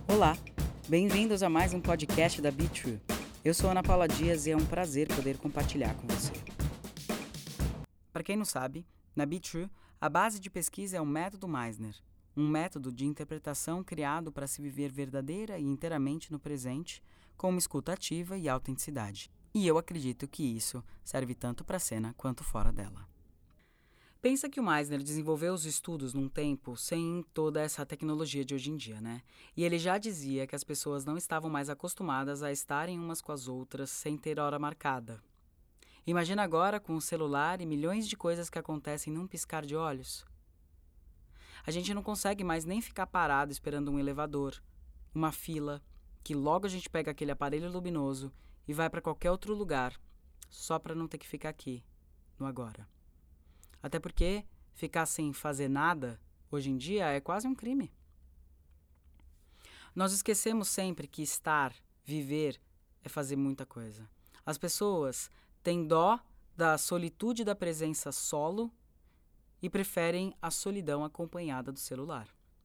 Olá, bem-vindos a mais um podcast da Be True. Eu sou Ana Paula Dias e é um prazer poder compartilhar com você. Para quem não sabe, na Be True, a base de pesquisa é o método Meisner, um método de interpretação criado para se viver verdadeira e inteiramente no presente, com uma escuta ativa e autenticidade. E eu acredito que isso serve tanto para a cena quanto fora dela. Pensa que o Meisner desenvolveu os estudos num tempo sem toda essa tecnologia de hoje em dia, né? E ele já dizia que as pessoas não estavam mais acostumadas a estarem umas com as outras sem ter hora marcada. Imagina agora com o celular e milhões de coisas que acontecem num piscar de olhos. A gente não consegue mais nem ficar parado esperando um elevador, uma fila, que logo a gente pega aquele aparelho luminoso e vai para qualquer outro lugar, só para não ter que ficar aqui, no agora. Até porque ficar sem fazer nada, hoje em dia, é quase um crime. Nós esquecemos sempre que estar, viver, é fazer muita coisa. As pessoas têm dó da solitude da presença solo e preferem a solidão acompanhada do celular.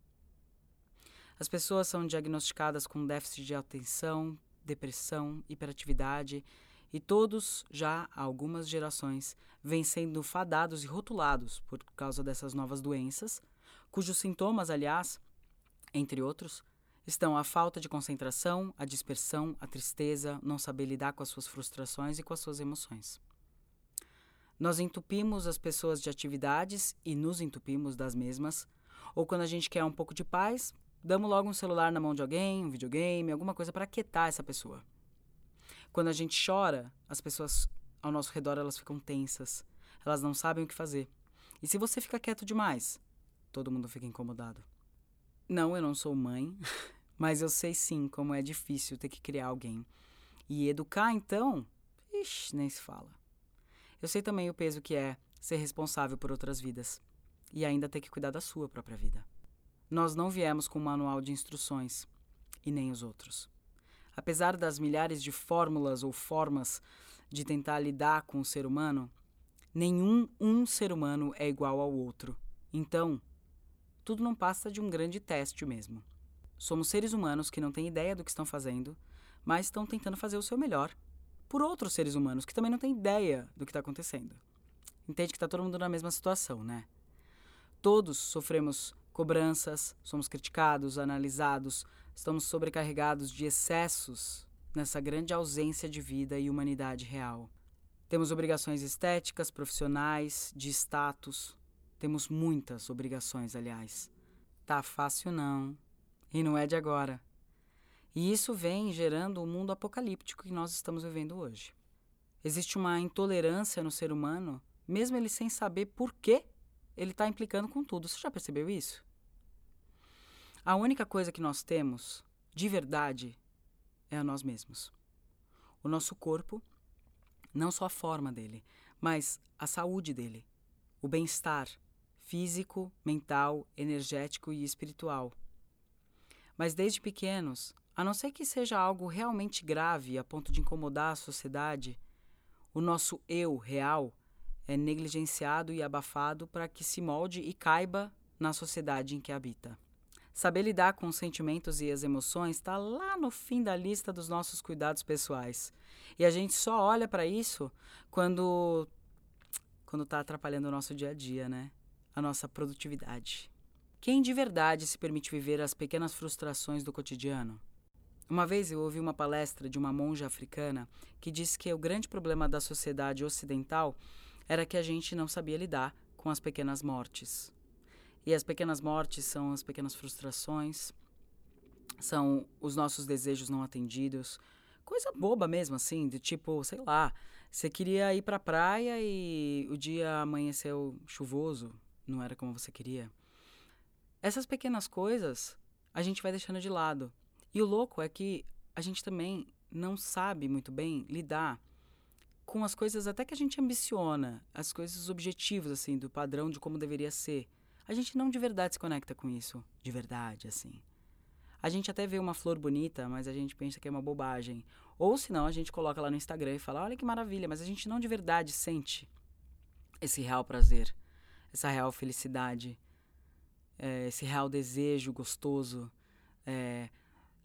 As pessoas são diagnosticadas com déficit de atenção, depressão, hiperatividade, e todos, já há algumas gerações, vêm sendo fadados e rotulados por causa dessas novas doenças, cujos sintomas, aliás, entre outros, estão a falta de concentração, a dispersão, a tristeza, não saber lidar com as suas frustrações e com as suas emoções. Nós entupimos as pessoas de atividades e nos entupimos das mesmas, ou quando a gente quer um pouco de paz, damos logo um celular na mão de alguém, um videogame, alguma coisa para aquietar essa pessoa. Quando a gente chora, as pessoas ao nosso redor elas ficam tensas. Elas não sabem o que fazer. E se você fica quieto demais, todo mundo fica incomodado. Não, eu não sou mãe, mas eu sei sim como é difícil ter que criar alguém. E educar, então, nem se fala. Eu sei também o peso que é ser responsável por outras vidas e ainda ter que cuidar da sua própria vida. Nós não viemos com um manual de instruções, e nem os outros. Apesar das milhares de fórmulas ou formas de tentar lidar com o ser humano, nenhum ser humano é igual ao outro. Então, tudo não passa de um grande teste mesmo. Somos seres humanos que não têm ideia do que estão fazendo, mas estão tentando fazer o seu melhor por outros seres humanos que também não têm ideia do que está acontecendo. Entende que está todo mundo na mesma situação, né? Todos sofremos cobranças, somos criticados, analisados, estamos sobrecarregados de excessos nessa grande ausência de vida e humanidade real. Temos obrigações estéticas, profissionais, de status. Temos muitas obrigações, aliás. Tá fácil não. E não é de agora. E isso vem gerando o mundo apocalíptico que nós estamos vivendo hoje. Existe uma intolerância no ser humano, mesmo ele sem saber por quê ele está implicando com tudo. Você já percebeu isso? A única coisa que nós temos, de verdade, é a nós mesmos. O nosso corpo, não só a forma dele, mas a saúde dele, o bem-estar físico, mental, energético e espiritual. Mas desde pequenos, a não ser que seja algo realmente grave a ponto de incomodar a sociedade, o nosso eu real é negligenciado e abafado para que se molde e caiba na sociedade em que habita. Saber lidar com os sentimentos e as emoções está lá no fim da lista dos nossos cuidados pessoais. E a gente só olha para isso quando está atrapalhando o nosso dia a dia, né? A nossa produtividade. Quem de verdade se permite viver as pequenas frustrações do cotidiano? Uma vez eu ouvi uma palestra de uma monja africana que disse que o grande problema da sociedade ocidental era que a gente não sabia lidar com as pequenas mortes. E as pequenas mortes são as pequenas frustrações, são os nossos desejos não atendidos, coisa boba mesmo, assim, de tipo, sei lá, você queria ir pra praia e o dia amanheceu chuvoso, não era como você queria. Essas pequenas coisas a gente vai deixando de lado. E o louco é que a gente também não sabe muito bem lidar com as coisas até que a gente ambiciona, as coisas objetivas, assim, do padrão de como deveria ser. A gente não de verdade se conecta com isso, de verdade, assim. A gente até vê uma flor bonita, mas a gente pensa que é uma bobagem. Ou senão a gente coloca lá no Instagram e fala, olha que maravilha, mas a gente não de verdade sente esse real prazer, essa real felicidade, esse real desejo gostoso,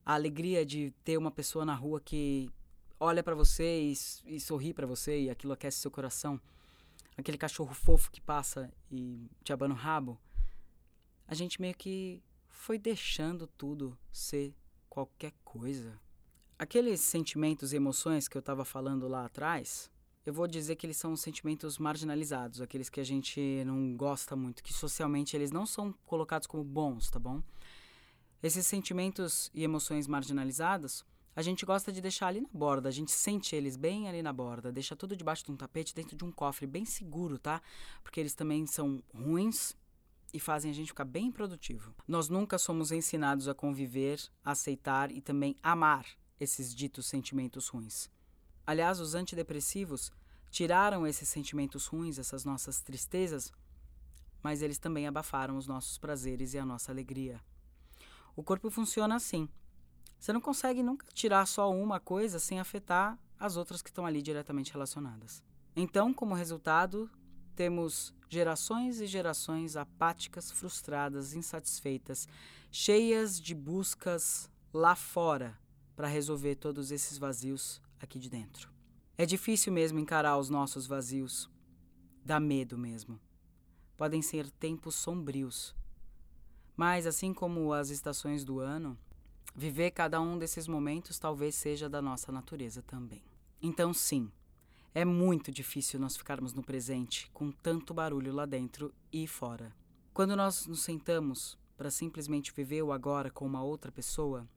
a alegria de ter uma pessoa na rua que olha pra você e sorri pra você e aquilo aquece seu coração, aquele cachorro fofo que passa e te abana o rabo, a gente meio que foi deixando tudo ser qualquer coisa. Aqueles sentimentos e emoções que eu estava falando lá atrás, eu vou dizer que eles são sentimentos marginalizados, aqueles que a gente não gosta muito, que socialmente eles não são colocados como bons, tá bom? Esses sentimentos e emoções marginalizados, a gente gosta de deixar ali na borda, a gente sente eles bem ali na borda, deixa tudo debaixo de um tapete, dentro de um cofre bem seguro, tá? Porque eles também são ruins e fazem a gente ficar bem produtivo. Nós nunca somos ensinados a conviver, aceitar e também amar esses ditos sentimentos ruins. Aliás, os antidepressivos tiraram esses sentimentos ruins, essas nossas tristezas, mas eles também abafaram os nossos prazeres e a nossa alegria. O corpo funciona assim. Você não consegue nunca tirar só uma coisa sem afetar as outras que estão ali diretamente relacionadas. Então, como resultado, temos gerações e gerações apáticas, frustradas, insatisfeitas, cheias de buscas lá fora para resolver todos esses vazios aqui de dentro. É difícil mesmo encarar os nossos vazios. Dá medo mesmo. Podem ser tempos sombrios. Mas, assim como as estações do ano, viver cada um desses momentos talvez seja da nossa natureza também. Então, sim, é muito difícil nós ficarmos no presente com tanto barulho lá dentro e fora. Quando nós nos sentamos para simplesmente viver o agora com uma outra pessoa,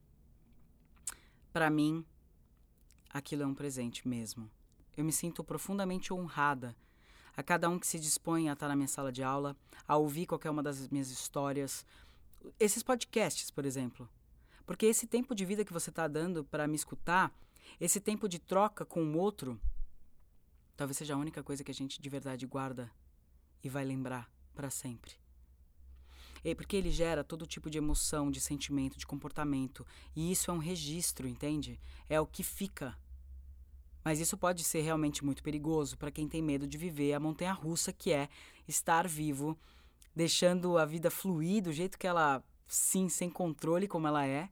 para mim, aquilo é um presente mesmo. Eu me sinto profundamente honrada a cada um que se dispõe a estar na minha sala de aula, a ouvir qualquer uma das minhas histórias. Esses podcasts, por exemplo. Porque esse tempo de vida que você está dando para me escutar, esse tempo de troca com o outro, talvez seja a única coisa que a gente de verdade guarda e vai lembrar para sempre. Porque ele gera todo tipo de emoção, de sentimento, de comportamento. E isso é um registro, entende? É o que fica. Mas isso pode ser realmente muito perigoso para quem tem medo de viver a montanha-russa que é estar vivo, deixando a vida fluir do jeito que ela, sim, sem controle como ela é.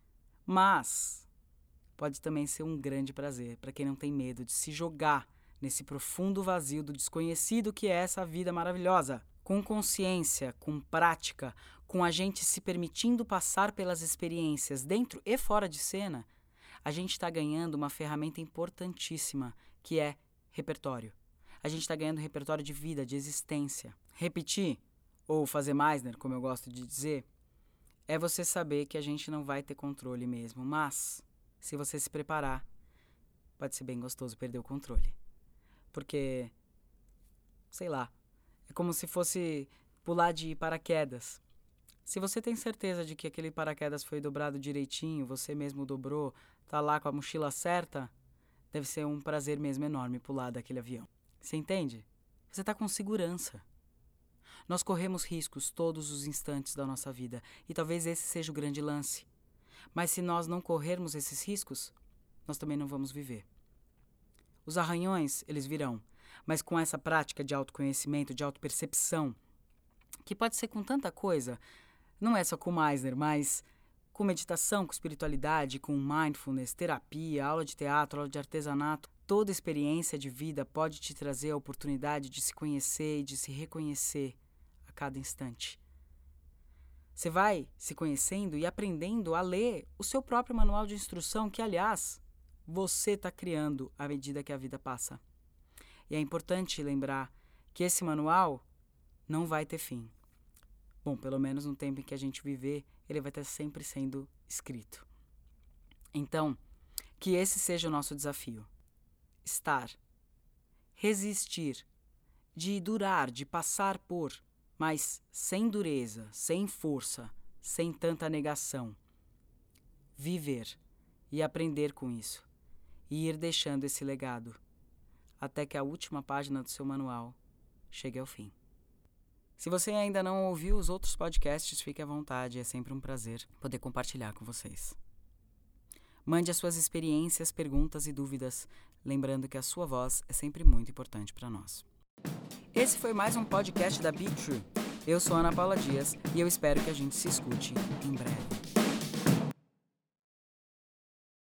Mas pode também ser um grande prazer para quem não tem medo de se jogar nesse profundo vazio do desconhecido que é essa vida maravilhosa. Com consciência, com prática, com a gente se permitindo passar pelas experiências dentro e fora de cena, a gente está ganhando uma ferramenta importantíssima, que é repertório. A gente está ganhando repertório de vida, de existência. Repetir, ou fazer Meisner, como eu gosto de dizer, é você saber que a gente não vai ter controle mesmo, mas se você se preparar, pode ser bem gostoso perder o controle. Porque, sei lá, é como se fosse pular de paraquedas. Se você tem certeza de que aquele paraquedas foi dobrado direitinho, você mesmo dobrou, tá lá com a mochila certa, deve ser um prazer mesmo enorme pular daquele avião. Você entende? Você tá com segurança. Nós corremos riscos todos os instantes da nossa vida, e talvez esse seja o grande lance. Mas se nós não corrermos esses riscos, nós também não vamos viver. Os arranhões, eles virão, mas com essa prática de autoconhecimento, de autopercepção, que pode ser com tanta coisa, não é só com Meisner, mas com meditação, com espiritualidade, com mindfulness, terapia, aula de teatro, aula de artesanato, toda experiência de vida pode te trazer a oportunidade de se conhecer e de se reconhecer a cada instante. Você vai se conhecendo e aprendendo a ler o seu próprio manual de instrução, que, aliás, você está criando à medida que a vida passa. E é importante lembrar que esse manual não vai ter fim. Bom, pelo menos no tempo em que a gente viver, ele vai estar sempre sendo escrito. Então, que esse seja o nosso desafio. Estar, resistir, de durar, de passar por, mas sem dureza, sem força, sem tanta negação. Viver e aprender com isso. E ir deixando esse legado, até que a última página do seu manual chegue ao fim. Se você ainda não ouviu os outros podcasts, fique à vontade, é sempre um prazer poder compartilhar com vocês. Mande as suas experiências, perguntas e dúvidas, lembrando que a sua voz é sempre muito importante para nós. Esse foi mais um podcast da Be True. Eu sou Ana Paula Dias e eu espero que a gente se escute em breve.